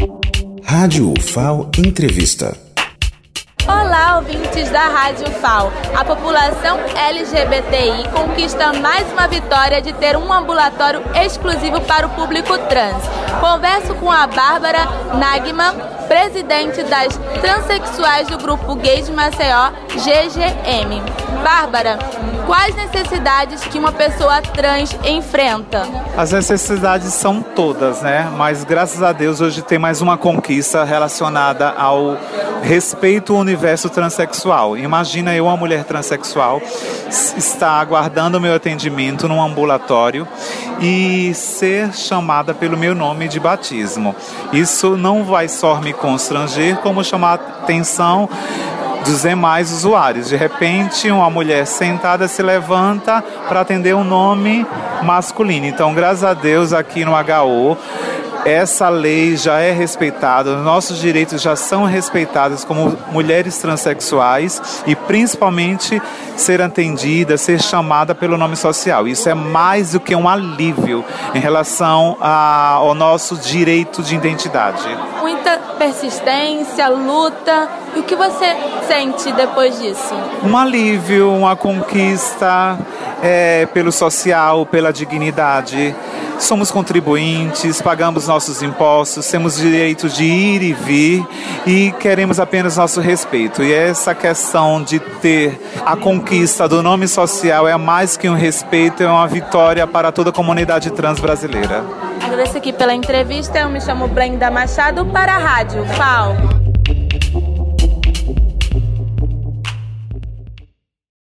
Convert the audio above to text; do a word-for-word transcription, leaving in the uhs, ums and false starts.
Rádio U F A O Entrevista. Olá, ouvintes da Rádio U F A O. A população L G B T I conquista mais uma vitória de ter um ambulatório exclusivo para o público trans. Converso com a Bárbara Nagman, presidente das transexuais do grupo Gays de Maceió, G G M. Bárbara, quais necessidades que uma pessoa trans enfrenta? As necessidades são todas, né? Mas graças a Deus hoje tem mais uma conquista relacionada ao respeito ao universo transexual. Imagina eu, uma mulher transexual, estar aguardando o meu atendimento num ambulatório e ser chamada pelo meu nome de batismo. Isso não vai só me constranger, como chamar a atenção dos demais usuários. De repente, uma mulher sentada se levanta para atender um nome masculino. Então, graças a Deus, aqui no H O, essa lei já é respeitada, nossos direitos já são respeitados como mulheres transexuais e principalmente ser atendida, ser chamada pelo nome social. Isso é mais do que um alívio em relação a, ao nosso direito de identidade. Muita persistência, luta. E o que você sente depois disso? Um alívio, uma conquista é, pelo social, pela dignidade. Somos contribuintes, pagamos nossos impostos, temos direito de ir e vir e queremos apenas nosso respeito. E essa questão de ter a conquista do nome social é mais que um respeito, é uma vitória para toda a comunidade trans brasileira. Agradeço aqui pela entrevista. Eu me chamo Brenda Machado para a Rádio U F A O.